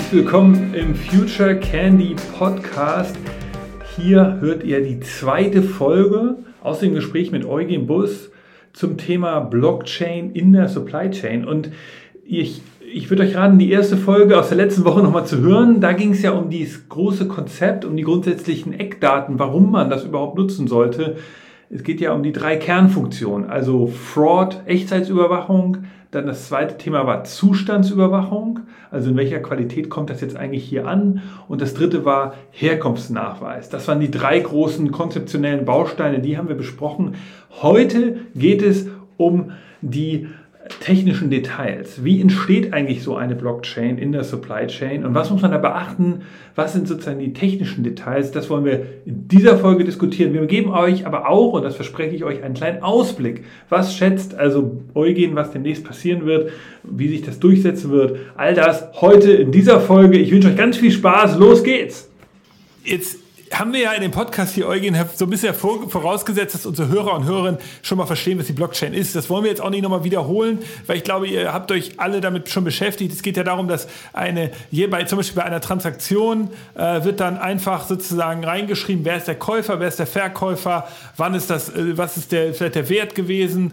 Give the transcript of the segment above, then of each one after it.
Herzlich willkommen im Future Candy Podcast. Hier hört ihr die zweite Folge aus dem Gespräch mit Eugen Buss zum Thema Blockchain in der Supply Chain. Und ich würde euch raten, die erste Folge aus der letzten Woche nochmal zu hören. Da ging es ja um dieses große Konzept, um die grundsätzlichen Eckdaten, warum man das überhaupt nutzen sollte. Es geht ja um die 3 Kernfunktionen, also Fraud, Echtzeitsüberwachung. Dann das zweite Thema war Zustandsüberwachung, also in welcher Qualität kommt das jetzt eigentlich hier an. Und das dritte war Herkunftsnachweis. Das waren die 3 großen konzeptionellen Bausteine, die haben wir besprochen. Heute geht es um die technischen Details. Wie entsteht eigentlich so eine Blockchain in der Supply Chain und was muss man da beachten? Was sind sozusagen die technischen Details? Das wollen wir in dieser Folge diskutieren. Wir geben euch aber auch, und das verspreche ich euch, einen kleinen Ausblick. Was schätzt also Eugen, was demnächst passieren wird, wie sich das durchsetzen wird? All das heute in dieser Folge. Ich wünsche euch ganz viel Spaß. Los geht's! Jetzt haben wir ja in dem Podcast hier, Eugen, so ein bisschen vorausgesetzt, dass unsere Hörer und Hörerinnen schon mal verstehen, was die Blockchain ist. Das wollen wir jetzt auch nicht nochmal wiederholen, weil ich glaube, ihr habt euch alle damit schon beschäftigt. Es geht ja darum, dass zum Beispiel bei einer Transaktion wird dann einfach sozusagen reingeschrieben, wer ist der Käufer, wer ist der Verkäufer, wann ist das, was ist vielleicht der Wert gewesen,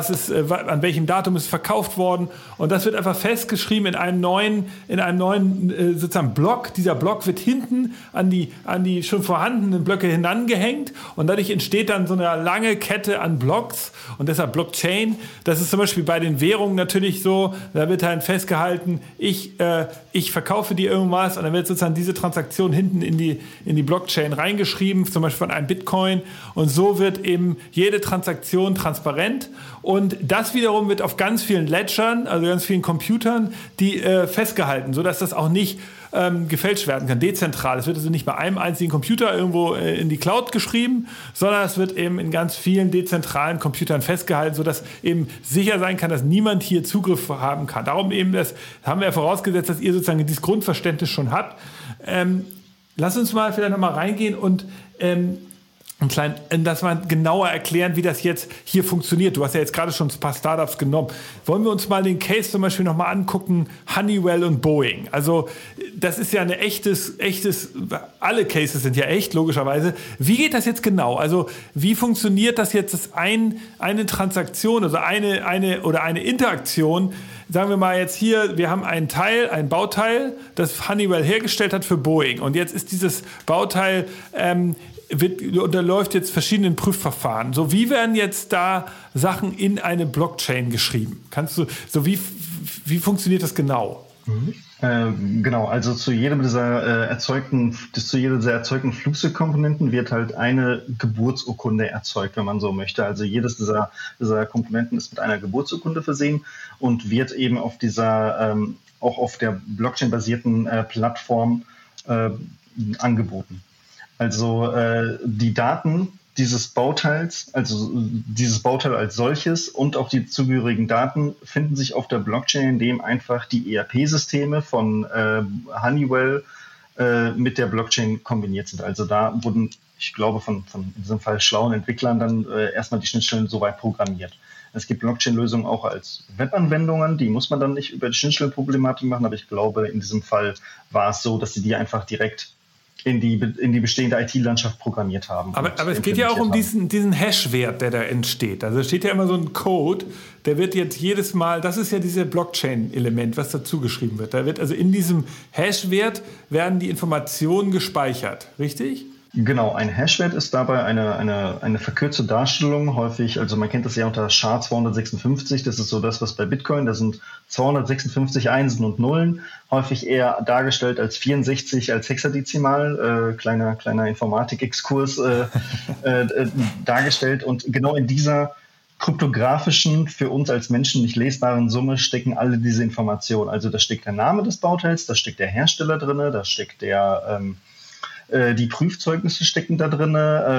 an welchem Datum ist es verkauft worden. Und das wird einfach festgeschrieben in einem neuen sozusagen Block. Dieser Block wird hinten an die schon vorhandenen Blöcke hinangehängt und dadurch entsteht dann so eine lange Kette an Blocks und deshalb Blockchain. Das ist zum Beispiel bei den Währungen natürlich so, da wird halt festgehalten, ich verkaufe dir irgendwas und dann wird sozusagen diese Transaktion hinten in die Blockchain reingeschrieben, zum Beispiel von einem Bitcoin, und so wird eben jede Transaktion transparent und das wiederum wird auf ganz vielen Ledgern, also ganz vielen Computern, die festgehalten, sodass das auch nicht gefälscht werden kann, dezentral. Es wird also nicht bei einem einzigen Computer irgendwo in die Cloud geschrieben, sondern es wird eben in ganz vielen dezentralen Computern festgehalten, sodass eben sicher sein kann, dass niemand hier Zugriff haben kann. Darum eben, das haben wir ja vorausgesetzt, dass ihr sozusagen dieses Grundverständnis schon habt. Lass uns mal vielleicht nochmal reingehen und dass wir genauer erklären, wie das jetzt hier funktioniert. Du hast ja jetzt gerade schon ein paar Startups genommen. Wollen wir uns mal den Case zum Beispiel nochmal angucken, Honeywell und Boeing. Also das ist ja ein echtes, alle Cases sind ja echt, logischerweise. Wie geht das jetzt genau? Also wie funktioniert das jetzt, dass eine Transaktion, also eine Interaktion, sagen wir mal jetzt hier, wir haben ein Bauteil, das Honeywell hergestellt hat für Boeing. Und jetzt ist dieses Bauteil unterläuft jetzt verschiedenen Prüfverfahren. So, wie werden jetzt da Sachen in eine Blockchain geschrieben? Wie funktioniert das genau? Genau, also zu jeder dieser erzeugten Flugzeugkomponenten wird halt eine Geburtsurkunde erzeugt, wenn man so möchte. Also jedes dieser Komponenten ist mit einer Geburtsurkunde versehen und wird eben auf dieser, auch auf der Blockchain-basierten Plattform angeboten. Also die Daten dieses Bauteils, also dieses Bauteil als solches und auch die zugehörigen Daten finden sich auf der Blockchain, in dem einfach die ERP-Systeme von Honeywell mit der Blockchain kombiniert sind. Also da wurden, ich glaube, von in diesem Fall schlauen Entwicklern dann erstmal die Schnittstellen soweit programmiert. Es gibt Blockchain-Lösungen auch als Webanwendungen, die muss man dann nicht über die Schnittstellenproblematik machen, aber ich glaube, in diesem Fall war es so, dass sie die einfach direkt in die bestehende IT-Landschaft programmiert haben. Aber es geht ja auch um diesen Hash-Wert, der da entsteht. Also da steht ja immer so ein Code, der wird jetzt jedes Mal, das ist ja dieses Blockchain-Element, was dazu geschrieben wird. Da wird also in diesem Hash-Wert werden die Informationen gespeichert, richtig? Genau, ein Hashwert ist dabei eine verkürzte Darstellung, häufig, also man kennt das ja unter SHA-256, das ist so das, was bei Bitcoin, das sind 256 Einsen und Nullen, häufig eher dargestellt als 64 als Hexadezimal, kleiner Informatik-Exkurs dargestellt, und genau in dieser kryptografischen, für uns als Menschen nicht lesbaren Summe stecken alle diese Informationen. Also da steckt der Name des Bauteils, da steckt der Hersteller drin, da steckt die Prüfzeugnisse stecken da drin,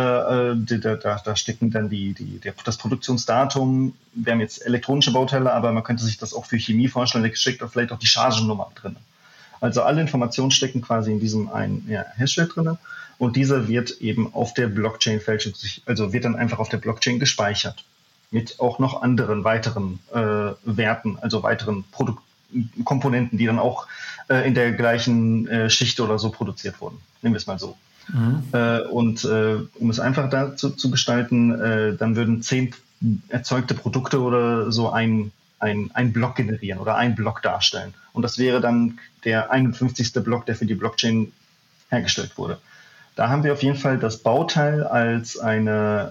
da stecken dann das Produktionsdatum. Wir haben jetzt elektronische Bauteile, aber man könnte sich das auch für Chemie vorstellen, da steckt vielleicht auch die Chargennummer drin. Also alle Informationen stecken quasi in diesem einen Hashwert drin und dieser wird eben auf der Blockchain wird dann einfach auf der Blockchain gespeichert. Mit auch noch anderen weiteren Werten, also weiteren Komponenten, die dann auch in der gleichen Schicht oder so produziert wurden. Nehmen wir es mal so. Und um es einfach dazu zu gestalten, dann würden 10 erzeugte Produkte oder so ein Block generieren oder ein Block darstellen. Und das wäre dann der 51. Block, der für die Blockchain hergestellt wurde. Da haben wir auf jeden Fall das Bauteil als eine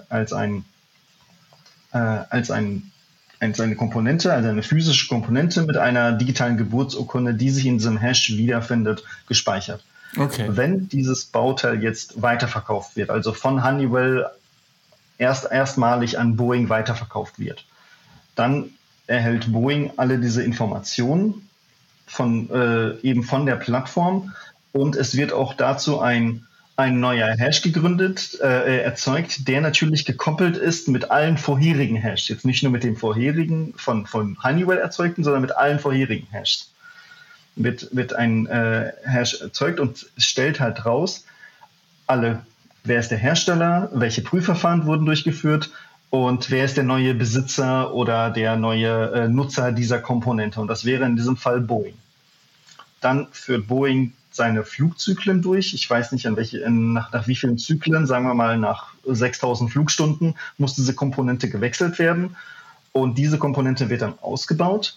Komponente, also eine physische Komponente mit einer digitalen Geburtsurkunde, die sich in diesem Hash wiederfindet, gespeichert. Okay. Wenn dieses Bauteil jetzt weiterverkauft wird, also von Honeywell erstmalig an Boeing weiterverkauft wird, dann erhält Boeing alle diese Informationen von der Plattform und es wird auch dazu ein neuer Hash erzeugt, der natürlich gekoppelt ist mit allen vorherigen Hashes. Jetzt nicht nur mit dem vorherigen von Honeywell erzeugten, sondern mit allen vorherigen Hashes. Wird ein Hash erzeugt und stellt halt raus, wer ist der Hersteller, welche Prüfverfahren wurden durchgeführt und wer ist der neue Besitzer oder der neue Nutzer dieser Komponente. Und das wäre in diesem Fall Boeing. Dann führt Boeing seine Flugzyklen durch. Ich weiß nicht, nach wie vielen Zyklen, sagen wir mal nach 6000 Flugstunden, muss diese Komponente gewechselt werden. Und diese Komponente wird dann ausgebaut,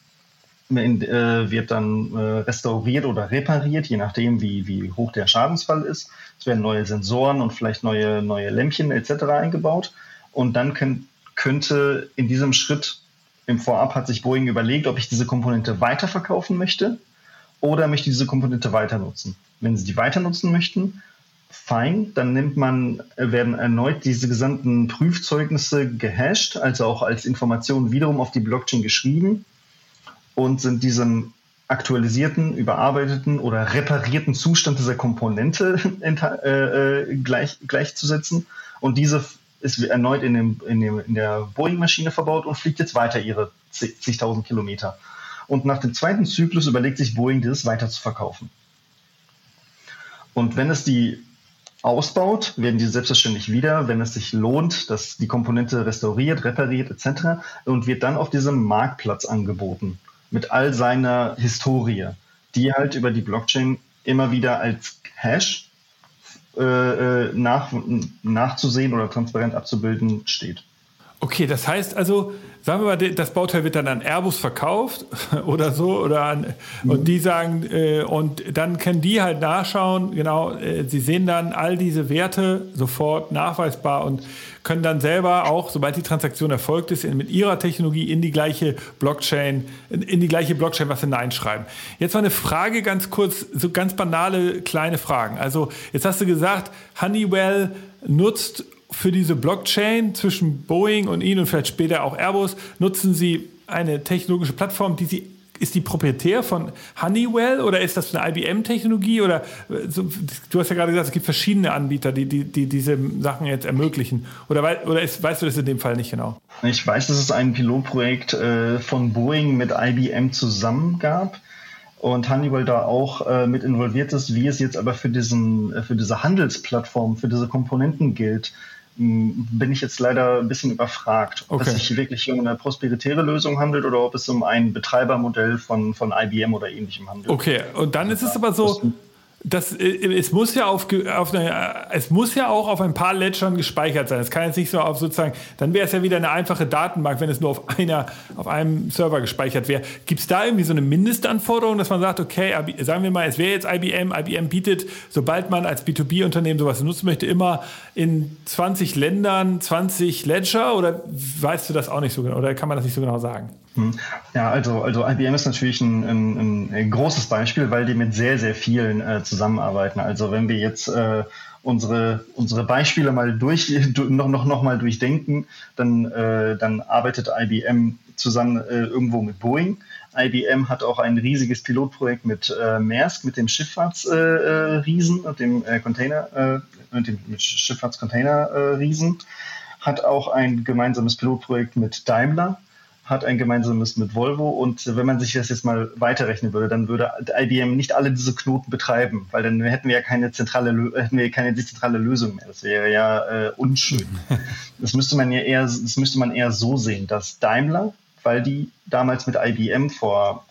wird dann restauriert oder repariert, je nachdem, wie hoch der Schadensfall ist. Es werden neue Sensoren und vielleicht neue Lämpchen etc. eingebaut. Und dann könnte in diesem Schritt, im Vorab hat sich Boeing überlegt, ob ich diese Komponente weiterverkaufen möchte oder möchte diese Komponente weiter nutzen. Wenn sie die weiter nutzen möchten, fein, dann werden erneut diese gesamten Prüfzeugnisse gehasht, also auch als Information wiederum auf die Blockchain geschrieben und sind diesem aktualisierten, überarbeiteten oder reparierten Zustand dieser Komponente gleichzusetzen. Und diese ist erneut in der Boeing-Maschine verbaut und fliegt jetzt weiter ihre zigtausend Kilometer. Und nach dem zweiten Zyklus überlegt sich Boeing, dieses weiter zu verkaufen. Und wenn es die ausbaut, werden die selbstverständlich wieder, wenn es sich lohnt, dass die Komponente restauriert, repariert etc. und wird dann auf diesem Marktplatz angeboten mit all seiner Historie, die halt über die Blockchain immer wieder als Hash nachzusehen oder transparent abzubilden steht. Okay, das heißt also, sagen wir mal, das Bauteil wird dann an Airbus verkauft oder so, und die sagen, und dann können die halt nachschauen, genau, sie sehen dann all diese Werte sofort nachweisbar und können dann selber auch, sobald die Transaktion erfolgt ist, mit ihrer Technologie in die gleiche Blockchain was hineinschreiben. Jetzt mal eine Frage ganz kurz, so ganz banale kleine Fragen. Also jetzt hast du gesagt, Honeywell nutzt für diese Blockchain zwischen Boeing und Ihnen und vielleicht später auch Airbus, nutzen Sie eine technologische Plattform, ist die proprietär von Honeywell oder ist das eine IBM-Technologie? Oder du hast ja gerade gesagt, es gibt verschiedene Anbieter, die diese Sachen jetzt ermöglichen. Oder weißt du das in dem Fall nicht genau? Ich weiß, dass es ein Pilotprojekt von Boeing mit IBM zusammen gab und Honeywell da auch mit involviert ist. Wie es jetzt aber für diese Handelsplattform, für diese Komponenten gilt, bin ich jetzt leider ein bisschen überfragt, ob es sich wirklich um eine proprietäre Lösung handelt oder ob es um ein Betreibermodell von IBM oder ähnlichem handelt. Okay, und dann ist es aber so, es muss ja auch auf ein paar Ledgern gespeichert sein. Es kann jetzt nicht so auf sozusagen, dann wäre es ja wieder eine einfache Datenbank, wenn es nur auf einem Server gespeichert wäre. Gibt es da irgendwie so eine Mindestanforderung, dass man sagt, okay, sagen wir mal, es wäre jetzt IBM bietet, sobald man als B2B-Unternehmen sowas nutzen möchte, immer in 20 Ländern 20 Ledger, oder weißt du das auch nicht so genau, oder kann man das nicht so genau sagen? Ja, also IBM ist natürlich ein großes Beispiel, weil die mit sehr, sehr vielen zusammenarbeiten. Also wenn wir jetzt unsere Beispiele mal noch mal durchdenken, dann arbeitet IBM zusammen irgendwo mit Boeing. IBM hat auch ein riesiges Pilotprojekt mit Maersk, mit dem Schifffahrtsriesen und dem Schifffahrtscontainer-Riesen, hat auch ein gemeinsames Pilotprojekt mit Daimler, hat ein gemeinsames mit Volvo, und wenn man sich das jetzt mal weiterrechnen würde, dann würde IBM nicht alle diese Knoten betreiben, weil dann hätten wir ja keine dezentrale Lösung mehr. Das wäre ja unschön. Das müsste man eher so sehen, dass Daimler, weil die damals mit IBM vor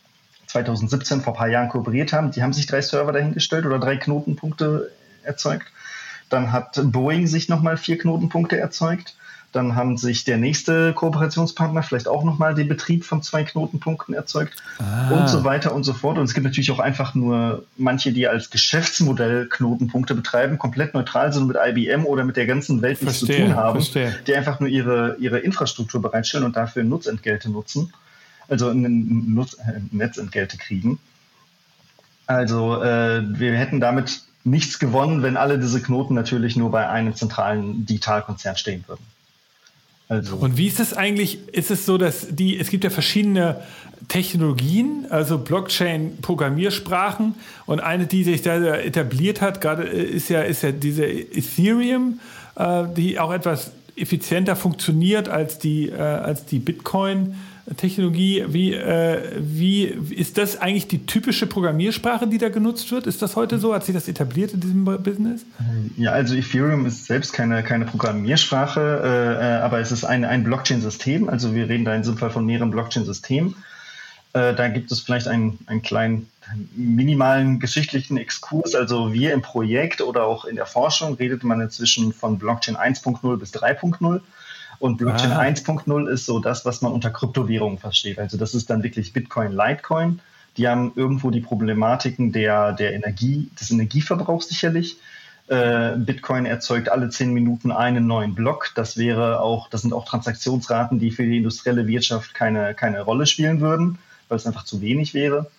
2017 vor ein paar Jahren kooperiert haben. Die haben sich 3 Server dahingestellt oder 3 Knotenpunkte erzeugt. Dann hat Boeing sich nochmal 4 Knotenpunkte erzeugt. Dann haben sich der nächste Kooperationspartner vielleicht auch nochmal den Betrieb von 2 Knotenpunkten erzeugt und so weiter und so fort. Und es gibt natürlich auch einfach nur manche, die als Geschäftsmodell Knotenpunkte betreiben, komplett neutral sind, mit IBM oder mit der ganzen Welt nichts zu tun haben, die einfach nur ihre Infrastruktur bereitstellen und dafür Nutzentgelte nutzen, also Netzentgelte kriegen. Also wir hätten damit nichts gewonnen, wenn alle diese Knoten natürlich nur bei einem zentralen Digitalkonzern stehen würden. Also. Und wie ist es eigentlich? Ist es so, dass es gibt ja verschiedene Technologien, also Blockchain-Programmiersprachen, und eine, die sich da etabliert hat, gerade ist ja diese Ethereum, die auch etwas effizienter funktioniert als die Bitcoin-Technologie. Wie ist das eigentlich die typische Programmiersprache, die da genutzt wird? Ist das heute so? Hat sich das etabliert in diesem Business? Ja, also Ethereum ist selbst keine Programmiersprache, aber es ist ein Blockchain-System. Also wir reden da in diesem Fall von mehreren Blockchain-Systemen. Da gibt es vielleicht einen kleinen minimalen geschichtlichen Exkurs. Also wir im Projekt oder auch in der Forschung redet man inzwischen von Blockchain 1.0 bis 3.0. Und Blockchain 1.0 ist so das, was man unter Kryptowährungen versteht. Also das ist dann wirklich Bitcoin, Litecoin. Die haben irgendwo die Problematiken des Energieverbrauchs sicherlich. Bitcoin erzeugt alle 10 Minuten einen neuen Block. Das sind auch Transaktionsraten, die für die industrielle Wirtschaft keine Rolle spielen würden, weil es einfach zu wenig wäre.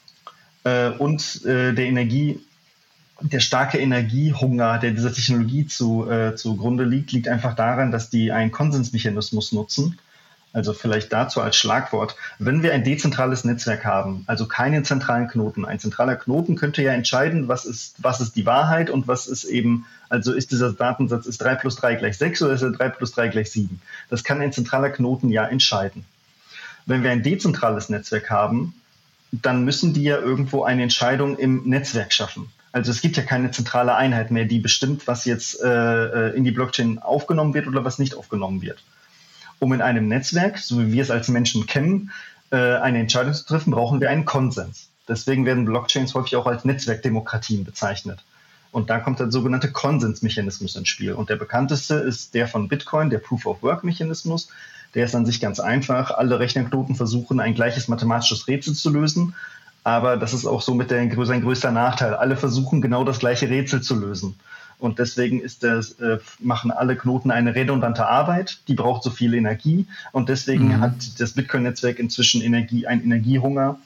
Der starke Energiehunger, der dieser Technologie zugrunde liegt einfach daran, dass die einen Konsensmechanismus nutzen. Also vielleicht dazu als Schlagwort. Wenn wir ein dezentrales Netzwerk haben, also keinen zentralen Knoten, ein zentraler Knoten könnte ja entscheiden, was ist die Wahrheit und was ist eben, also ist dieser Datensatz, ist 3 plus 3 gleich 6 oder ist er 3 plus 3 gleich 7? Das kann ein zentraler Knoten ja entscheiden. Wenn wir ein dezentrales Netzwerk haben, dann müssen die ja irgendwo eine Entscheidung im Netzwerk schaffen. Also es gibt ja keine zentrale Einheit mehr, die bestimmt, was jetzt in die Blockchain aufgenommen wird oder was nicht aufgenommen wird. Um in einem Netzwerk, so wie wir es als Menschen kennen, eine Entscheidung zu treffen, brauchen wir einen Konsens. Deswegen werden Blockchains häufig auch als Netzwerkdemokratien bezeichnet. Und da kommt der sogenannte Konsensmechanismus ins Spiel. Und der bekannteste ist der von Bitcoin, der Proof-of-Work-Mechanismus. Der ist an sich ganz einfach. Alle Rechnerknoten versuchen, ein gleiches mathematisches Rätsel zu lösen. Aber das ist auch somit sein größter Nachteil. Alle versuchen, genau das gleiche Rätsel zu lösen. Und deswegen machen alle Knoten eine redundante Arbeit, die braucht so viel Energie. Und deswegen hat das Bitcoin-Netzwerk inzwischen einen Energiehunger,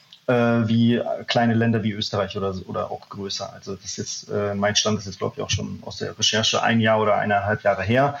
wie kleine Länder wie Österreich oder auch größer. Also das ist jetzt, mein Stand ist jetzt, glaube ich, auch schon aus der Recherche 1 Jahr oder 1,5 Jahre her.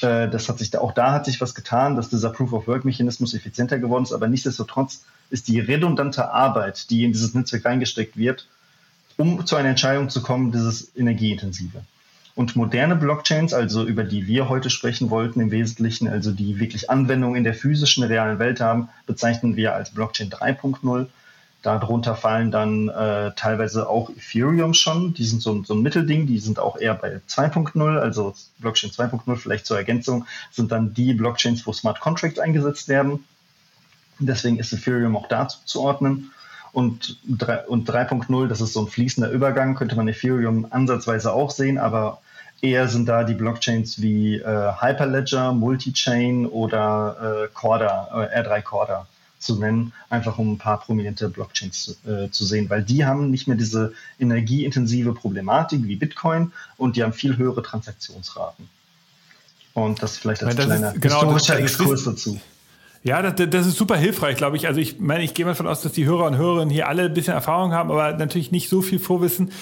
Auch da hat sich was getan, dass dieser Proof-of-Work-Mechanismus effizienter geworden ist. Aber nichtsdestotrotz ist die redundante Arbeit, die in dieses Netzwerk reingesteckt wird, um zu einer Entscheidung zu kommen, dieses Energieintensive. Und moderne Blockchains, also über die wir heute sprechen wollten, im Wesentlichen, also die wirklich Anwendungen in der physischen, realen Welt haben, bezeichnen wir als Blockchain 3.0. Darunter fallen dann teilweise auch Ethereum schon. Die sind so ein Mittelding, die sind auch eher bei 2.0, also Blockchain 2.0, vielleicht zur Ergänzung, sind dann die Blockchains, wo Smart Contracts eingesetzt werden. Deswegen ist Ethereum auch dazu zu ordnen. Und 3.0, das ist so ein fließender Übergang, könnte man Ethereum ansatzweise auch sehen, aber eher sind da die Blockchains wie Hyperledger, Multichain oder Corda, R3 Corda zu nennen, einfach um ein paar prominente Blockchains zu sehen, weil die haben nicht mehr diese energieintensive Problematik wie Bitcoin und die haben viel höhere Transaktionsraten. Und das vielleicht als kleiner historischer Exkurs dazu. Ja, das ist super hilfreich, glaube ich. Also ich gehe mal davon aus, dass die Hörer und Hörerinnen hier alle ein bisschen Erfahrung haben, aber natürlich nicht so viel Vorwissen.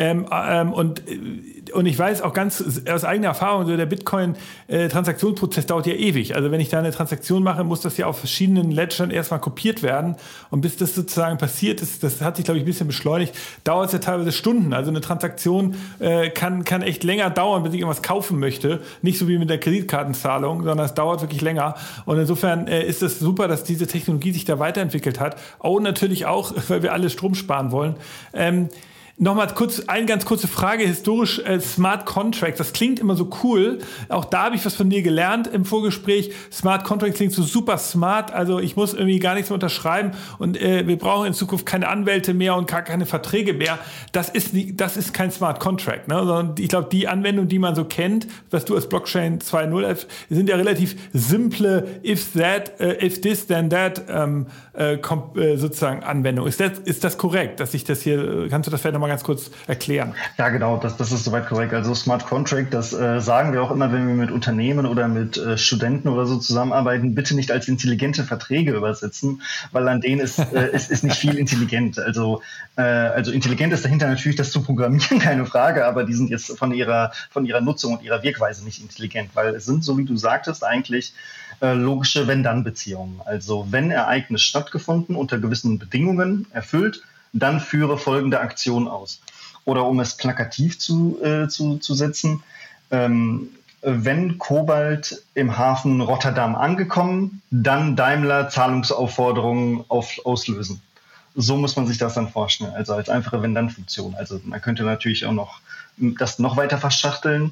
Und ich weiß auch ganz aus eigener Erfahrung, so der Bitcoin-Transaktionsprozess dauert ja ewig. Also wenn ich da eine Transaktion mache, muss das ja auf verschiedenen Ledgern erstmal kopiert werden. Und bis das sozusagen passiert ist, das hat sich, glaube ich, ein bisschen beschleunigt, dauert es ja teilweise Stunden. Also eine Transaktion kann echt länger dauern, bis ich irgendwas kaufen möchte. Nicht so wie mit der Kreditkartenzahlung, sondern es dauert wirklich länger. Und insofern ist es super, dass diese Technologie sich da weiterentwickelt hat. Und natürlich auch, weil wir alle Strom sparen wollen. Nochmal eine ganz kurze Frage, historisch Smart Contracts, das klingt immer so cool. Auch da habe ich was von dir gelernt im Vorgespräch. Smart Contracts klingt so super smart, also ich muss irgendwie gar nichts mehr unterschreiben und wir brauchen in Zukunft keine Anwälte mehr und gar keine Verträge mehr. Das ist kein Smart Contract, ne? Sondern ich glaube, die Anwendungen, die man so kennt, was du als Blockchain 2.0 sind ja relativ simple if this, then that sozusagen Anwendungen. Ist das korrekt, dass ich das hier, kannst du das vielleicht nochmal ganz kurz erklären? Ja, genau, das ist soweit korrekt. Also Smart Contract, das sagen wir auch immer, wenn wir mit Unternehmen oder mit Studenten oder so zusammenarbeiten, bitte nicht als intelligente Verträge übersetzen, weil an denen ist nicht viel intelligent. Also intelligent ist dahinter natürlich das zu programmieren, keine Frage, aber die sind jetzt von ihrer Nutzung und ihrer Wirkweise nicht intelligent, weil es sind, so wie du sagtest, eigentlich logische Wenn-Dann-Beziehungen. Also wenn Ereignis stattgefunden, unter gewissen Bedingungen erfüllt, dann führe folgende Aktion aus. Oder um es plakativ zu setzen, wenn Kobalt im Hafen Rotterdam angekommen, dann Daimler Zahlungsaufforderungen auslösen. So muss man sich das dann vorstellen, also als einfache Wenn-Dann-Funktion. Also man könnte natürlich auch noch das noch weiter verschachteln.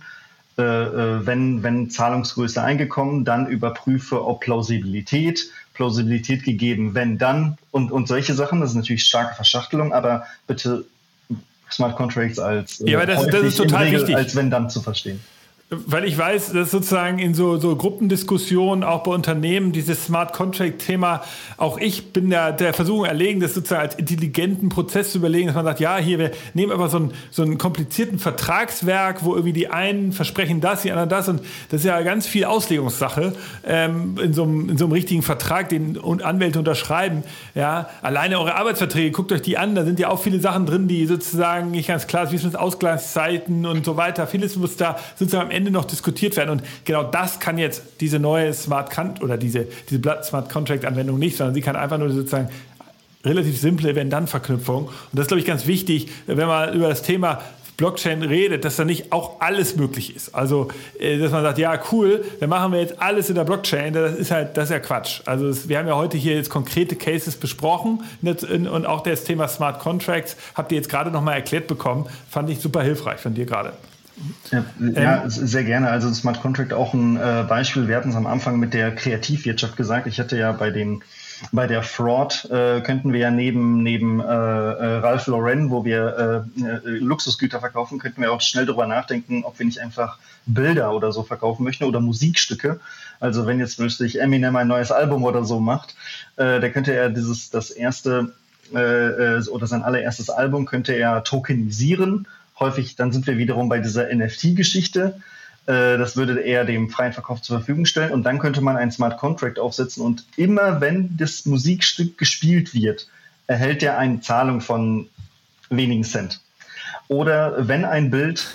Wenn Zahlungsgröße eingekommen, dann überprüfe, ob Plausibilität gegeben, wenn dann und solche Sachen. Das ist natürlich starke Verschachtelung, aber bitte Smart Contracts als aber das ist total wichtig, als wenn dann zu verstehen. Weil ich weiß, dass sozusagen in so Gruppendiskussionen, auch bei Unternehmen, dieses Smart Contract-Thema, auch ich bin der Versuchung erlegen, das sozusagen als intelligenten Prozess zu überlegen, dass man sagt, ja, hier, wir nehmen aber so einen komplizierten Vertragswerk, wo irgendwie die einen versprechen das, die anderen das, und das ist ja ganz viel Auslegungssache in so einem richtigen Vertrag, den Anwälte unterschreiben. Ja, alleine eure Arbeitsverträge, guckt euch die an, da sind ja auch viele Sachen drin, die sozusagen nicht ganz klar sind, wie es mit Ausgleichszeiten und so weiter. Vieles muss da sozusagen am Ende noch diskutiert werden. Und genau das kann jetzt diese neue Smart Contract Anwendung nicht, sondern sie kann einfach nur sozusagen relativ simple Wenn-Dann-Verknüpfung. Und das ist, glaube ich, ganz wichtig, wenn man über das Thema Blockchain redet, dass da nicht auch alles möglich ist. Also, dass man sagt, ja, cool, dann machen wir jetzt alles in der Blockchain. Das ist ja Quatsch. Also, wir haben ja heute hier jetzt konkrete Cases besprochen und auch das Thema Smart Contracts habt ihr jetzt gerade nochmal erklärt bekommen. Fand ich super hilfreich von dir gerade. Ja, sehr gerne. Also Smart Contract auch ein Beispiel. Wir hatten es am Anfang mit der Kreativwirtschaft gesagt. Ich hatte ja bei der Fraud könnten wir ja neben Ralph Lauren, wo wir Luxusgüter verkaufen, könnten wir auch schnell darüber nachdenken, ob wir nicht einfach Bilder oder so verkaufen möchten oder Musikstücke. Also wenn jetzt plötzlich Eminem ein neues Album oder so macht, der könnte er das erste oder sein allererstes Album könnte er tokenisieren. Häufig, dann sind wir wiederum bei dieser NFT-Geschichte. Das würde er dem freien Verkauf zur Verfügung stellen. Und dann könnte man einen Smart Contract aufsetzen. Und immer wenn das Musikstück gespielt wird, erhält er eine Zahlung von wenigen Cent. Oder wenn ein Bild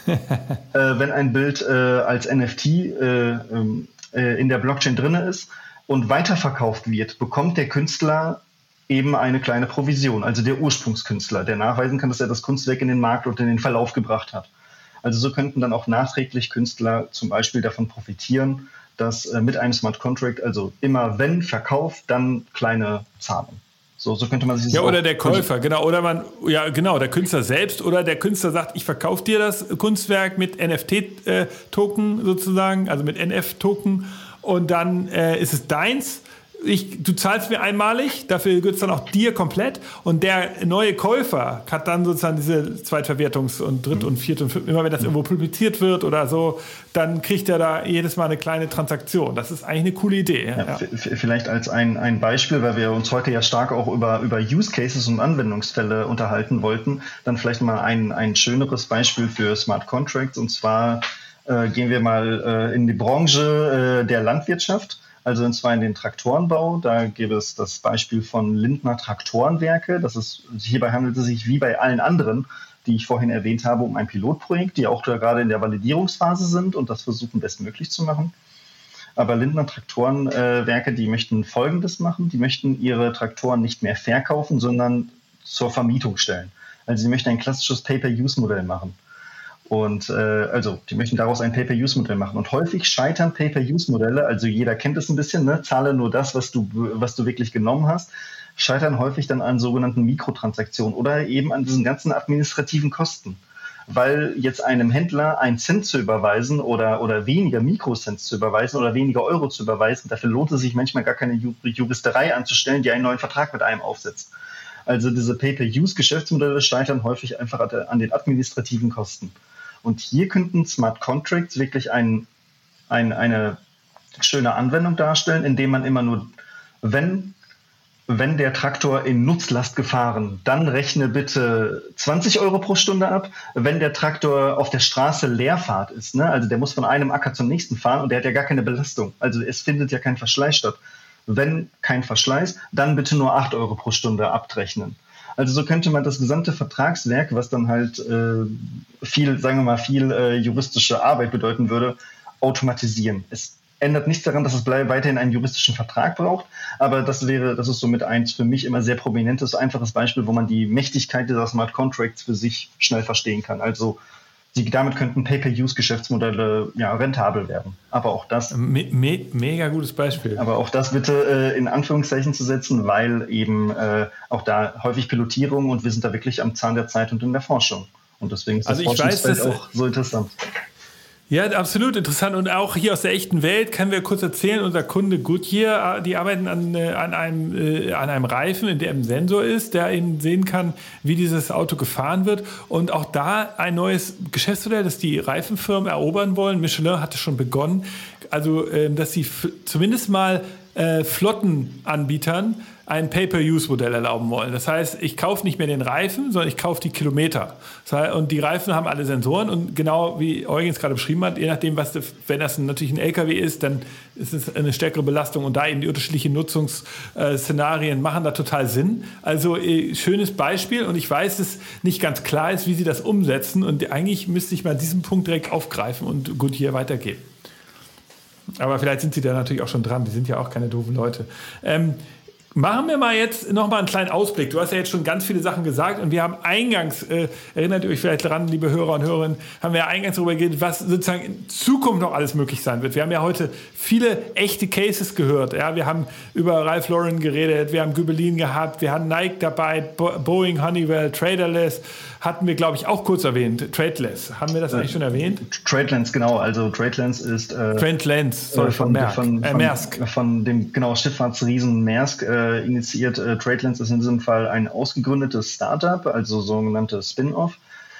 als NFT in der Blockchain drin ist und weiterverkauft wird, bekommt der Künstler eben eine kleine Provision, also der Ursprungskünstler, der nachweisen kann, dass er das Kunstwerk in den Markt und in den Verlauf gebracht hat. Also so könnten dann auch nachträglich Künstler zum Beispiel davon profitieren, dass mit einem Smart Contract, also immer wenn verkauft, dann kleine Zahlung. So könnte man sich das. Ja, oder der Käufer, genau, der Künstler selbst oder der Künstler sagt, ich verkaufe dir das Kunstwerk mit NFT-Token sozusagen, also mit NF-Token und dann ist es deins. Du zahlst mir einmalig, dafür gehört es dann auch dir komplett und der neue Käufer hat dann sozusagen diese Zweitverwertungs- und Dritt- und Viert- und Fünft, immer wenn das irgendwo publiziert wird oder so, dann kriegt er da jedes Mal eine kleine Transaktion. Das ist eigentlich eine coole Idee. Ja. Vielleicht als ein Beispiel, weil wir uns heute ja stark auch über Use Cases und Anwendungsfälle unterhalten wollten, dann vielleicht mal ein schöneres Beispiel für Smart Contracts und zwar gehen wir mal in die Branche der Landwirtschaft. Also und zwar in den Traktorenbau. Da gäbe es das Beispiel von Lindner Traktorenwerke. Hierbei handelt es sich wie bei allen anderen, die ich vorhin erwähnt habe, um ein Pilotprojekt, die auch gerade in der Validierungsphase sind und das versuchen bestmöglich zu machen. Aber Lindner Traktorenwerke, die möchten Folgendes machen. Die möchten ihre Traktoren nicht mehr verkaufen, sondern zur Vermietung stellen. Also sie möchten ein klassisches Pay-per-Use-Modell machen. Und die möchten daraus ein Pay-per-Use-Modell machen. Und häufig scheitern Pay-per-Use-Modelle, also jeder kennt es ein bisschen, ne? Zahle nur das, was du wirklich genommen hast. scheitern häufig dann an sogenannten Mikrotransaktionen oder eben an diesen ganzen administrativen Kosten. Weil jetzt einem Händler einen Cent zu überweisen oder weniger Mikrocents zu überweisen oder weniger Euro zu überweisen, dafür lohnt es sich manchmal gar keine Juristerei anzustellen, die einen neuen Vertrag mit einem aufsetzt. Also diese Pay-per-Use-Geschäftsmodelle scheitern häufig einfach an den administrativen Kosten. Und hier könnten Smart Contracts wirklich eine schöne Anwendung darstellen, indem man immer nur, wenn der Traktor in Nutzlast gefahren, dann rechne bitte 20 Euro pro Stunde ab. Wenn der Traktor auf der Straße Leerfahrt ist, ne, also der muss von einem Acker zum nächsten fahren und der hat ja gar keine Belastung. Also es findet ja kein Verschleiß statt. Wenn kein Verschleiß, dann bitte nur 8 Euro pro Stunde abrechnen. Also so könnte man das gesamte Vertragswerk, was dann halt viel juristische Arbeit bedeuten würde, automatisieren. Es ändert nichts daran, dass es weiterhin einen juristischen Vertrag braucht, aber das ist somit eins für mich immer sehr prominentes, einfaches Beispiel, wo man die Mächtigkeit dieser Smart Contracts für sich schnell verstehen kann. Also damit könnten Pay-per-Use-Geschäftsmodelle rentabel werden. Aber auch das... Mega gutes Beispiel. Aber auch das bitte in Anführungszeichen zu setzen, weil eben auch da häufig Pilotierung und wir sind da wirklich am Zahn der Zeit und in der Forschung. Und deswegen ist das Forschungsfeld auch so interessant. Ja, absolut interessant. Und auch hier aus der echten Welt können wir kurz erzählen, unser Kunde Goodyear, die arbeiten an einem Reifen, in dem ein Sensor ist, der eben sehen kann, wie dieses Auto gefahren wird. Und auch da ein neues Geschäftsmodell, das die Reifenfirmen erobern wollen. Michelin hatte schon begonnen, also dass sie zumindest mal Flottenanbietern ein Pay-per-Use-Modell erlauben wollen. Das heißt, ich kaufe nicht mehr den Reifen, sondern ich kaufe die Kilometer. Das heißt, und die Reifen haben alle Sensoren und genau wie Eugen es gerade beschrieben hat, je nachdem, wenn das natürlich ein LKW ist, dann ist es eine stärkere Belastung und da eben die unterschiedlichen Nutzungsszenarien machen da total Sinn. Also schönes Beispiel und ich weiß, dass nicht ganz klar ist, wie sie das umsetzen und eigentlich müsste ich mal diesen Punkt direkt aufgreifen und Goodyear weitergeben. Aber vielleicht sind sie da natürlich auch schon dran. Die sind ja auch keine doofen Leute. Machen wir mal jetzt nochmal einen kleinen Ausblick. Du hast ja jetzt schon ganz viele Sachen gesagt und wir haben eingangs, erinnert ihr euch vielleicht daran, liebe Hörer und Hörerinnen, haben wir ja eingangs darüber geredet, was sozusagen in Zukunft noch alles möglich sein wird. Wir haben ja heute viele echte Cases gehört. Ja? Wir haben über Ralph Lauren geredet, wir haben Gubelin gehabt, wir hatten Nike dabei, Boeing, Honeywell, Traderless, hatten wir, glaube ich, auch kurz erwähnt. Tradeless, haben wir das eigentlich schon erwähnt? Tradelens, genau. Also Tradelens ist von Maersk. Von dem Schifffahrtsriesen Maersk initiiert. Tradelens ist in diesem Fall ein ausgegründetes Startup, also sogenannte Spin-off.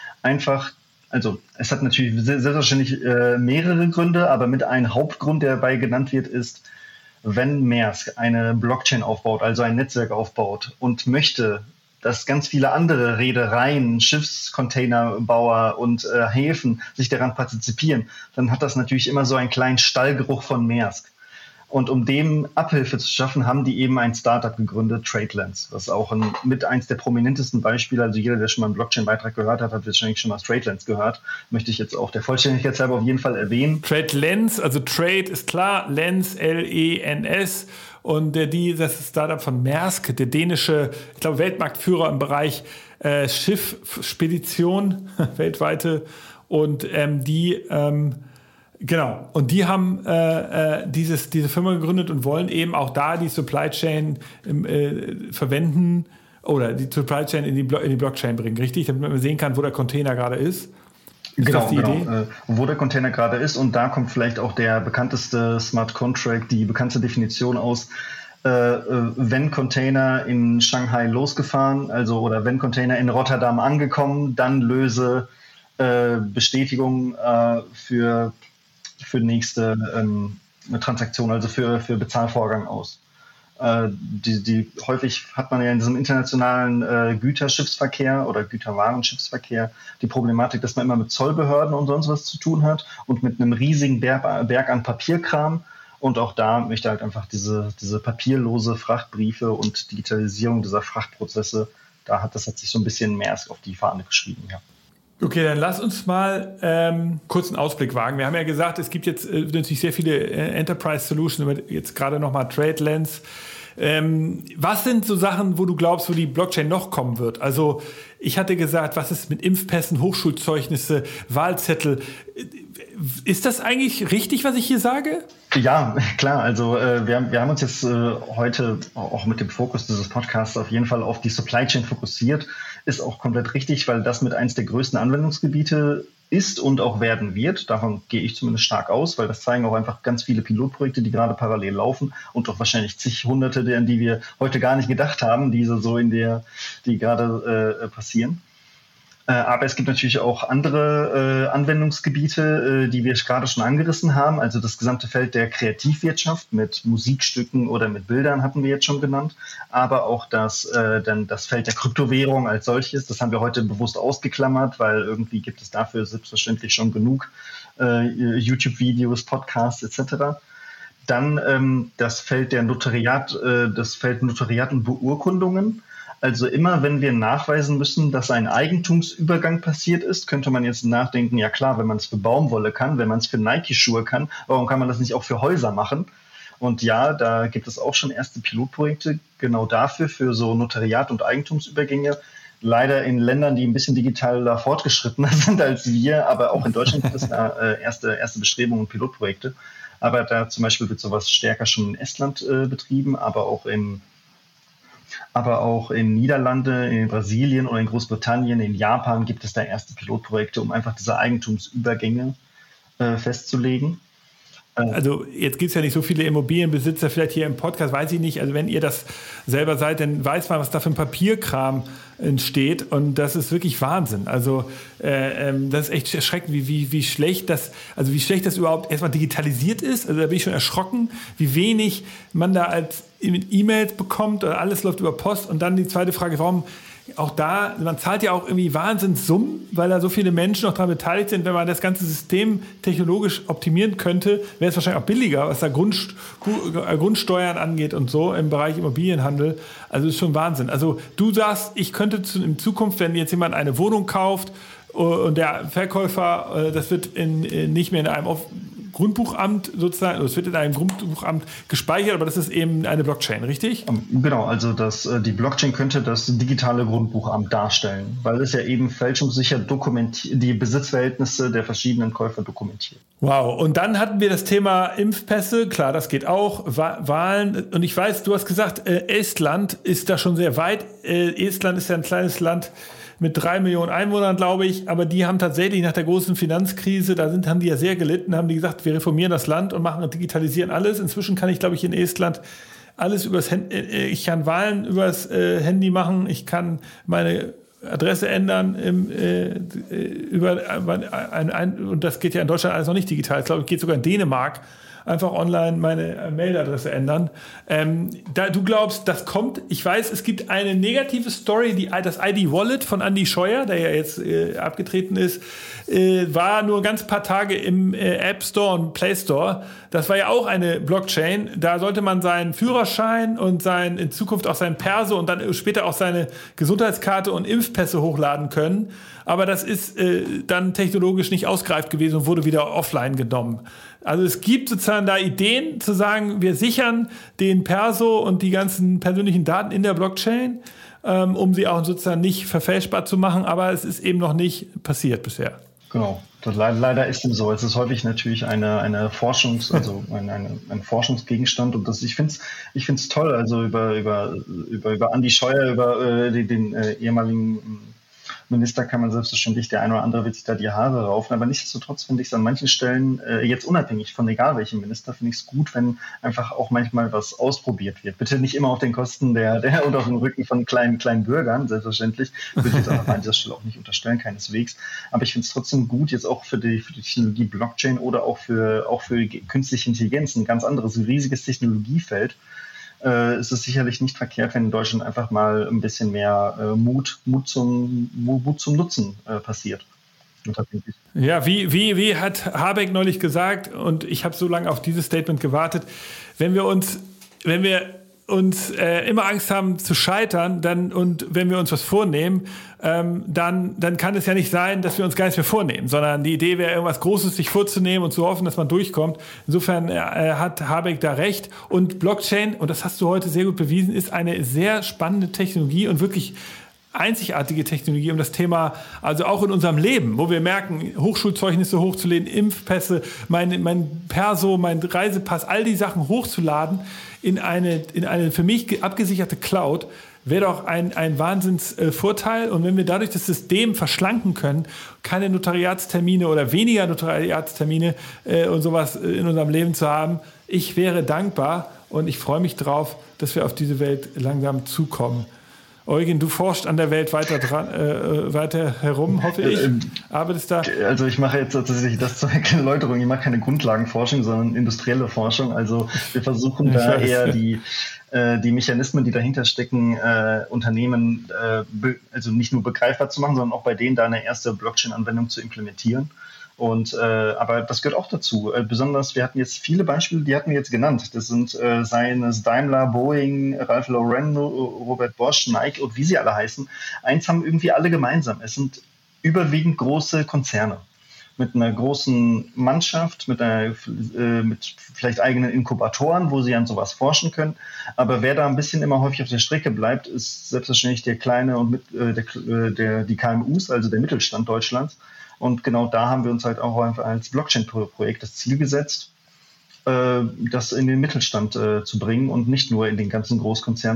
Also es hat natürlich selbstverständlich mehrere Gründe, aber mit einem Hauptgrund, der dabei genannt wird, ist, wenn Maersk eine Blockchain aufbaut, also ein Netzwerk aufbaut und möchte, dass ganz viele andere Reedereien, Schiffscontainerbauer und Häfen sich daran partizipieren, dann hat das natürlich immer so einen kleinen Stallgeruch von Maersk. Und um dem Abhilfe zu schaffen, haben die eben ein Startup gegründet, Tradelens. Das ist auch mit eins der prominentesten Beispiele. Also jeder, der schon mal einen Blockchain-Beitrag gehört hat, hat wahrscheinlich schon mal Tradelens gehört. Möchte ich jetzt auch der Vollständigkeit halber auf jeden Fall erwähnen. Tradelens, also Trade ist klar, Lens, Lens. Und das ist Startup von Maersk, der dänische, ich glaube, Weltmarktführer im Bereich Schiffsspedition, weltweite. Und Genau, und die haben diese Firma gegründet und wollen eben auch da die Supply Chain verwenden oder die Supply Chain in die Blockchain bringen, richtig? Damit man sehen kann, wo der Container gerade ist. Genau. Wo der Container gerade ist und da kommt vielleicht auch der bekannteste Smart Contract, die bekannte Definition aus, wenn Container in Shanghai losgefahren, also oder wenn Container in Rotterdam angekommen, dann löse Bestätigung für nächste Transaktion, also für Bezahlvorgang aus. Häufig hat man ja in diesem internationalen Güterschiffsverkehr oder Güterwarenschiffsverkehr die Problematik, dass man immer mit Zollbehörden und sonst was zu tun hat und mit einem riesigen Berg an Papierkram. Und auch da möchte halt einfach diese papierlose Frachtbriefe und Digitalisierung dieser Frachtprozesse, das hat sich so ein bisschen Maersk auf die Fahne geschrieben, ja. Okay, dann lass uns mal kurz einen Ausblick wagen. Wir haben ja gesagt, es gibt jetzt natürlich sehr viele Enterprise Solutions, jetzt gerade nochmal Tradelens. Was sind so Sachen, wo du glaubst, wo die Blockchain noch kommen wird? Also ich hatte gesagt, was ist mit Impfpässen, Hochschulzeugnisse, Wahlzettel? ist das eigentlich richtig, was ich hier sage? Ja, klar. Also wir haben uns jetzt heute auch mit dem Fokus dieses Podcasts auf jeden Fall auf die Supply Chain fokussiert. Ist auch komplett richtig, weil das mit eins der größten Anwendungsgebiete ist und auch werden wird. Davon gehe ich zumindest stark aus, weil das zeigen auch einfach ganz viele Pilotprojekte, die gerade parallel laufen und auch wahrscheinlich zig Hunderte, an die wir heute gar nicht gedacht haben, die gerade passieren. Aber es gibt natürlich auch andere Anwendungsgebiete, die wir gerade schon angerissen haben. Also das gesamte Feld der Kreativwirtschaft mit Musikstücken oder mit Bildern hatten wir jetzt schon genannt. Aber auch das Feld der Kryptowährung als solches, das haben wir heute bewusst ausgeklammert, weil irgendwie gibt es dafür selbstverständlich schon genug YouTube-Videos, Podcasts etc. Dann das Feld der Notariat, das Feld Notariat und Beurkundungen. Also immer, wenn wir nachweisen müssen, dass ein Eigentumsübergang passiert ist, könnte man jetzt nachdenken, ja klar, wenn man es für Baumwolle kann, wenn man es für Nike-Schuhe kann, warum kann man das nicht auch für Häuser machen? Und ja, da gibt es auch schon erste Pilotprojekte genau dafür, für so Notariat und Eigentumsübergänge. Leider in Ländern, die ein bisschen digitaler fortgeschrittener sind als wir, aber auch in Deutschland gibt es da erste Bestrebungen und Pilotprojekte. Aber da zum Beispiel wird sowas stärker schon in Estland betrieben, aber auch in Niederlande, in Brasilien oder in Großbritannien, in Japan gibt es da erste Pilotprojekte, um einfach diese Eigentumsübergänge festzulegen. Also jetzt gibt es ja nicht so viele Immobilienbesitzer, vielleicht hier im Podcast, weiß ich nicht. Also wenn ihr das selber seid, dann weiß man, was da für ein Papierkram entsteht. Und das ist wirklich Wahnsinn. Also das ist echt erschreckend, wie schlecht das überhaupt erstmal digitalisiert ist. Also da bin ich schon erschrocken, wie wenig man da als E-Mails bekommt. Oder alles läuft über Post. Und dann die zweite Frage, warum auch da, man zahlt ja auch irgendwie Wahnsinnssummen, weil da so viele Menschen noch daran beteiligt sind. Wenn man das ganze System technologisch optimieren könnte, wäre es wahrscheinlich auch billiger, was da Grundsteuern angeht und so im Bereich Immobilienhandel. Also ist schon Wahnsinn. Also du sagst, ich könnte in Zukunft, wenn jetzt jemand eine Wohnung kauft und der Verkäufer, das wird nicht mehr in einem Grundbuchamt sozusagen, es wird in einem Grundbuchamt gespeichert, aber das ist eben eine Blockchain, richtig? Genau, also die Blockchain könnte das digitale Grundbuchamt darstellen, weil es ja eben fälschungssicher die Besitzverhältnisse der verschiedenen Käufer dokumentiert. Wow, und dann hatten wir das Thema Impfpässe, klar, das geht auch, Wahlen, und ich weiß, du hast gesagt, Estland ist da schon sehr weit. Estland ist ja ein kleines Land mit 3 Millionen Einwohnern, glaube ich, aber die haben tatsächlich nach der großen Finanzkrise, haben die ja sehr gelitten, haben die gesagt, wir reformieren das Land und digitalisieren alles. Inzwischen kann ich, glaube ich, in Estland alles übers Handy, ich kann Wahlen übers Handy machen, ich kann meine Adresse ändern und das geht ja in Deutschland alles noch nicht digital. Ich glaube, es geht sogar in Dänemark. Einfach online meine Mailadresse ändern. Du glaubst, das kommt. Ich weiß, es gibt eine negative Story, das ID-Wallet von Andi Scheuer, der ja jetzt abgetreten ist, war nur ein ganz paar Tage im App Store und Play Store. Das war ja auch eine Blockchain. Da sollte man seinen Führerschein und in Zukunft auch sein Perso und dann später auch seine Gesundheitskarte und Impfpässe hochladen können. Aber das ist dann technologisch nicht ausgereift gewesen und wurde wieder offline genommen. Also es gibt sozusagen da Ideen zu sagen, wir sichern den Perso und die ganzen persönlichen Daten in der Blockchain, um sie auch sozusagen nicht verfälschbar zu machen, aber es ist eben noch nicht passiert bisher. Genau, leider ist es so. Es ist häufig natürlich ein Forschungsgegenstand und ich finde es toll, also über Andi Scheuer, über den ehemaligen Minister kann man selbstverständlich, der eine oder andere wird sich da die Haare raufen, aber nichtsdestotrotz finde ich es an manchen Stellen, jetzt unabhängig von egal welchem Minister, finde ich es gut, wenn einfach auch manchmal was ausprobiert wird. Bitte nicht immer auf den Kosten der und auf dem Rücken von kleinen Bürgern, selbstverständlich, würde ich jetzt an dieser Stelle auch nicht unterstellen, keineswegs, aber ich finde es trotzdem gut, jetzt auch für die Technologie Blockchain oder auch für künstliche Intelligenz, ein ganz anderes, riesiges Technologiefeld, ist es sicherlich nicht verkehrt, wenn in Deutschland einfach mal ein bisschen mehr Mut zum Nutzen passiert. Ja, wie hat Habeck neulich gesagt, und ich habe so lange auf dieses Statement gewartet, wenn wir uns immer Angst haben zu scheitern, und wenn wir uns was vornehmen, dann kann es ja nicht sein, dass wir uns gar nichts mehr vornehmen, sondern die Idee wäre, irgendwas Großes sich vorzunehmen und zu hoffen, dass man durchkommt. Insofern hat Habeck da recht. Und Blockchain, und das hast du heute sehr gut bewiesen, ist eine sehr spannende Technologie und wirklich einzigartige Technologie, um das Thema, also auch in unserem Leben, wo wir merken, Hochschulzeugnisse hochzuladen, Impfpässe, mein Perso, mein Reisepass, all die Sachen hochzuladen in eine für mich abgesicherte Cloud, wäre doch ein Wahnsinnsvorteil. Und wenn wir dadurch das System verschlanken können, keine Notariatstermine oder weniger Notariatstermine und sowas in unserem Leben zu haben, ich wäre dankbar und ich freue mich drauf, dass wir auf diese Welt langsam zukommen. Eugen, du forschst an der Welt weiter herum, hoffe ich. Arbeitest da? Also ich mache jetzt tatsächlich das zur Erläuterung. Ich mache keine Grundlagenforschung, sondern industrielle Forschung. Also wir versuchen da eher die Mechanismen, die dahinter stecken, Unternehmen also nicht nur begreifbar zu machen, sondern auch bei denen da eine erste Blockchain-Anwendung zu implementieren. Aber das gehört auch dazu. Besonders, wir hatten jetzt viele Beispiele, die hatten wir jetzt genannt. Das sind seien es Daimler, Boeing, Ralph Lauren, Robert Bosch, Nike und wie sie alle heißen. Eins haben irgendwie alle gemeinsam. Es sind überwiegend große Konzerne mit einer großen Mannschaft, mit vielleicht eigenen Inkubatoren, wo sie an sowas forschen können. Aber wer da ein bisschen immer häufig auf der Strecke bleibt, ist selbstverständlich der kleine und die KMUs, also der Mittelstand Deutschlands. Und genau da haben wir uns halt auch einfach als Blockchain-Projekt das Ziel gesetzt, das in den Mittelstand zu bringen und nicht nur in den ganzen Großkonzern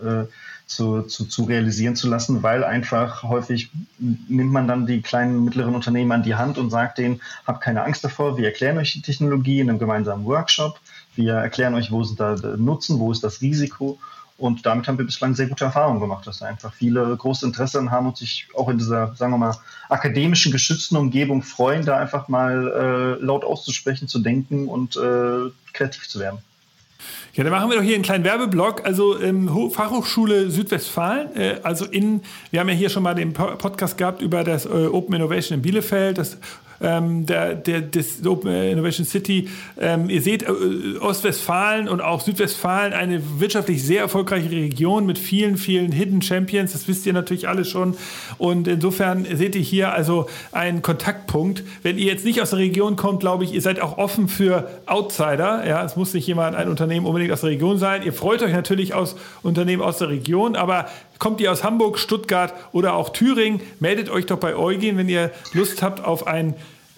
zu realisieren zu lassen, weil einfach häufig nimmt man dann die kleinen und mittleren Unternehmen an die Hand und sagt denen, habt keine Angst davor, wir erklären euch die Technologie in einem gemeinsamen Workshop, wir erklären euch, wo sind da Nutzen, wo ist das Risiko. Und damit haben wir bislang sehr gute Erfahrungen gemacht, dass da einfach viele große Interessen haben und sich auch in dieser, sagen wir mal, akademischen, geschützten Umgebung freuen, da einfach mal laut auszusprechen, zu denken und kreativ zu werden. Ja, dann machen wir doch hier einen kleinen Werbeblock. Also Fachhochschule Südwestfalen, wir haben ja hier schon mal den Podcast gehabt über das Open Innovation in Bielefeld, das Open Innovation City. Ihr seht, Ostwestfalen und auch Südwestfalen, eine wirtschaftlich sehr erfolgreiche Region mit vielen, vielen Hidden Champions. Das wisst ihr natürlich alle schon. Und insofern seht ihr hier also einen Kontaktpunkt. Wenn ihr jetzt nicht aus der Region kommt, glaube ich, ihr seid auch offen für Outsider. Ja, es muss nicht ein Unternehmen unbedingt aus der Region sein. Ihr freut euch natürlich aus Unternehmen aus der Region, aber kommt ihr aus Hamburg, Stuttgart oder auch Thüringen, meldet euch doch bei Eugen, wenn ihr Lust habt auf ein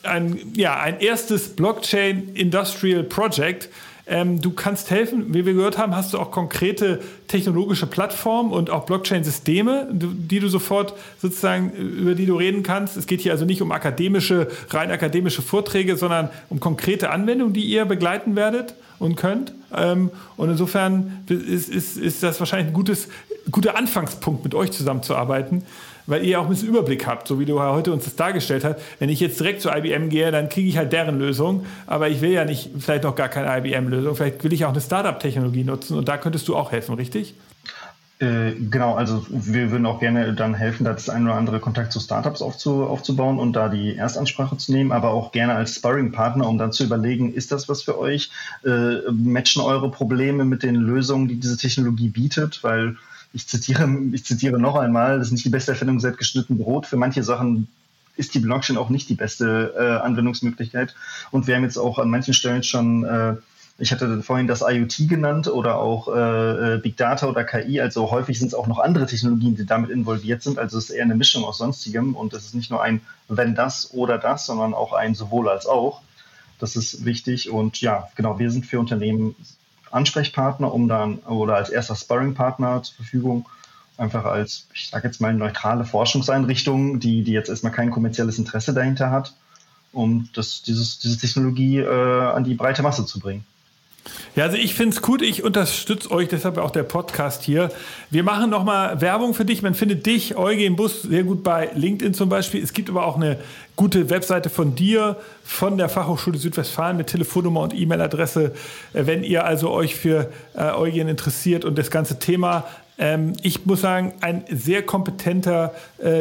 erstes Blockchain Industrial Project. Du kannst helfen. Wie wir gehört haben, hast du auch konkrete technologische Plattformen und auch Blockchain-Systeme, die du sofort sozusagen, über die du reden kannst. Es geht hier also nicht um rein akademische Vorträge, sondern um konkrete Anwendungen, die ihr begleiten werdet und könnt. Und insofern ist das wahrscheinlich ein guter Anfangspunkt, mit euch zusammenzuarbeiten, weil ihr auch ein bisschen Überblick habt, so wie du heute uns das dargestellt hast. Wenn ich jetzt direkt zu IBM gehe, dann kriege ich halt deren Lösung, aber ich will ja nicht vielleicht noch gar keine IBM-Lösung, vielleicht will ich auch eine Startup-Technologie nutzen und da könntest du auch helfen, richtig? Genau, also wir würden auch gerne dann helfen, da das ein oder andere Kontakt zu Startups aufzubauen und da die Erstansprache zu nehmen, aber auch gerne als Sparring-Partner, um dann zu überlegen, ist das was für euch? Matchen eure Probleme mit den Lösungen, die diese Technologie bietet? Weil ich zitiere noch einmal, das ist nicht die beste Erfindung seit geschnittenem Brot. Für manche Sachen ist die Blockchain auch nicht die beste Anwendungsmöglichkeit. Und wir haben jetzt auch an manchen Stellen schon, ich hatte vorhin das IoT genannt oder auch Big Data oder KI. Also häufig sind es auch noch andere Technologien, die damit involviert sind. Also es ist eher eine Mischung aus Sonstigem und es ist nicht nur ein wenn das oder das, sondern auch ein sowohl als auch. Das ist wichtig und ja, genau, wir sind für Unternehmen Ansprechpartner, oder als erster Sparring-Partner zur Verfügung, einfach als, ich sage jetzt mal, neutrale Forschungseinrichtung, die jetzt erstmal kein kommerzielles Interesse dahinter hat, um diese Technologie an die breite Masse zu bringen. Ja, also ich finde es gut, ich unterstütze euch, deshalb auch der Podcast hier. Wir machen nochmal Werbung für dich. Man findet dich, Eugen Buss, sehr gut bei LinkedIn zum Beispiel. Es gibt aber auch eine gute Webseite von dir, von der Fachhochschule Südwestfalen mit Telefonnummer und E-Mail-Adresse. Wenn ihr also euch für Eugen interessiert und das ganze Thema, ich muss sagen, ein sehr kompetente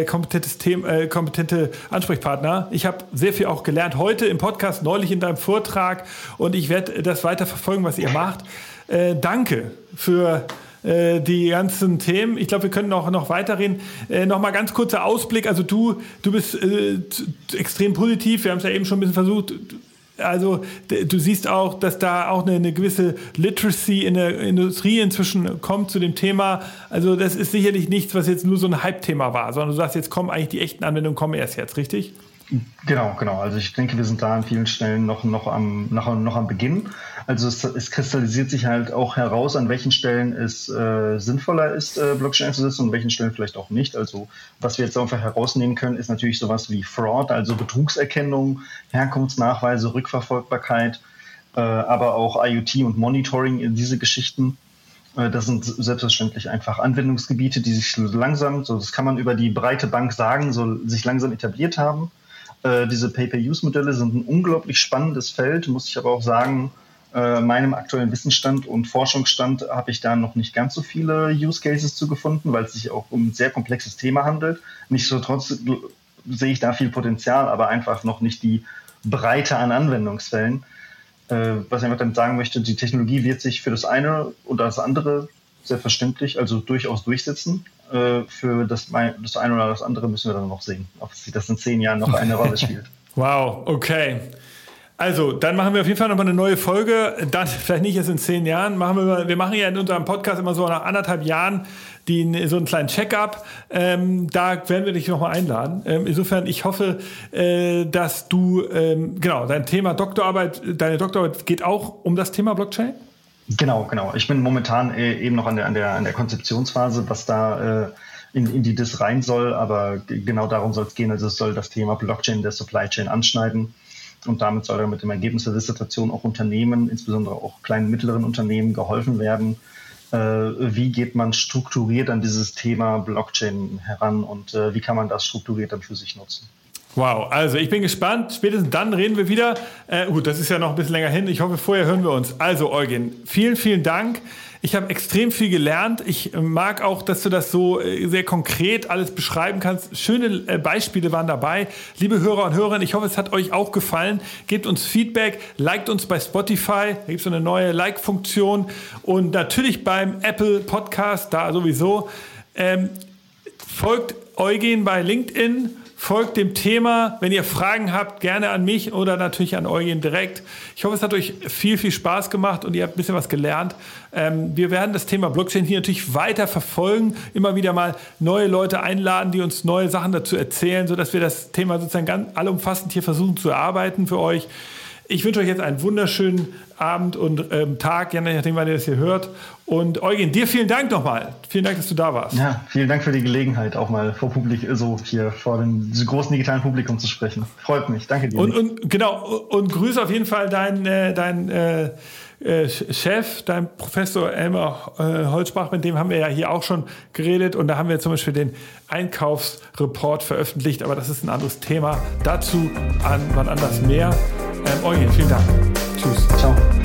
Ansprechpartner. Ich habe sehr viel auch gelernt heute im Podcast, neulich in deinem Vortrag und ich werde das weiter verfolgen, was ihr macht. Danke für die ganzen Themen. Ich glaube, wir können noch weiterreden. Noch mal ganz kurzer Ausblick. Also du bist extrem positiv. Wir haben es ja eben schon ein bisschen versucht. Also du siehst auch, dass da auch eine gewisse Literacy in der Industrie inzwischen kommt zu dem Thema. Also das ist sicherlich nichts, was jetzt nur so ein Hype-Thema war, sondern du sagst, jetzt kommen eigentlich die echten Anwendungen, kommen erst jetzt, richtig? Genau. Also ich denke, wir sind da an vielen Stellen noch am Beginn. Also es kristallisiert sich halt auch heraus, an welchen Stellen es sinnvoller ist, Blockchain einzusetzen und an welchen Stellen vielleicht auch nicht. Also was wir jetzt einfach herausnehmen können, ist natürlich sowas wie Fraud, also Betrugserkennung, Herkunftsnachweise, Rückverfolgbarkeit, aber auch IoT und Monitoring, diese Geschichten. Das sind selbstverständlich einfach Anwendungsgebiete, die sich langsam, so das kann man über die breite Bank sagen, so sich langsam etabliert haben. Diese Pay-per-Use-Modelle sind ein unglaublich spannendes Feld, muss ich aber auch sagen, meinem aktuellen Wissensstand und Forschungsstand habe ich da noch nicht ganz so viele Use Cases zu gefunden, weil es sich auch um ein sehr komplexes Thema handelt. Nichtsdestotrotz sehe ich da viel Potenzial, aber einfach noch nicht die Breite an Anwendungsfällen. Was ich einfach damit sagen möchte, die Technologie wird sich für das eine oder das andere selbstverständlich, also durchaus durchsetzen. Für das eine oder das andere müssen wir dann noch sehen, ob sich das in 10 Jahren noch eine Rolle spielt. Wow, okay. Also, dann machen wir auf jeden Fall nochmal eine neue Folge. Dann vielleicht nicht erst in 10 Jahren. Wir machen ja in unserem Podcast immer so nach 1,5 Jahren so einen kleinen Check-up. Da werden wir dich nochmal einladen. Insofern, ich hoffe, dass du, deine Doktorarbeit geht auch um das Thema Blockchain? Genau. Ich bin momentan eben noch an der Konzeptionsphase, was da in die DIS rein soll, aber genau darum soll es gehen. Also es soll das Thema Blockchain der Supply Chain anschneiden und damit soll dann mit dem Ergebnis der Dissertation auch Unternehmen, insbesondere auch kleinen und mittleren Unternehmen, geholfen werden. Wie geht man strukturiert an dieses Thema Blockchain heran und wie kann man das strukturiert dann für sich nutzen? Wow, also ich bin gespannt. Spätestens dann reden wir wieder. Gut, das ist ja noch ein bisschen länger hin. Ich hoffe, vorher hören wir uns. Also Eugen, vielen, vielen Dank. Ich habe extrem viel gelernt. Ich mag auch, dass du das so sehr konkret alles beschreiben kannst. Schöne Beispiele waren dabei. Liebe Hörer und Hörerinnen, ich hoffe, es hat euch auch gefallen. Gebt uns Feedback, liked uns bei Spotify. Da gibt es so eine neue Like-Funktion. Und natürlich beim Apple Podcast, da sowieso. Folgt Eugen bei LinkedIn. Folgt dem Thema. Wenn ihr Fragen habt, gerne an mich oder natürlich an Eugen direkt. Ich hoffe, es hat euch viel, viel Spaß gemacht und ihr habt ein bisschen was gelernt. Wir werden das Thema Blockchain hier natürlich weiter verfolgen. Immer wieder mal neue Leute einladen, die uns neue Sachen dazu erzählen, sodass wir das Thema sozusagen ganz allumfassend hier versuchen zu erarbeiten für euch. Ich wünsche euch jetzt einen wunderschönen Abend und Tag, je nachdem, wann ihr das hier hört. Und Eugen, dir vielen Dank nochmal. Vielen Dank, dass du da warst. Ja, vielen Dank für die Gelegenheit, auch mal vor dem großen digitalen Publikum zu sprechen. Freut mich. Danke dir. Und grüße auf jeden Fall deinen Chef, dein Professor Elmar Holzbach, mit dem haben wir ja hier auch schon geredet und da haben wir zum Beispiel den Einkaufsreport veröffentlicht, aber das ist ein anderes Thema. Dazu wann anders mehr. Eugen, vielen Dank. Tschüss. Ciao.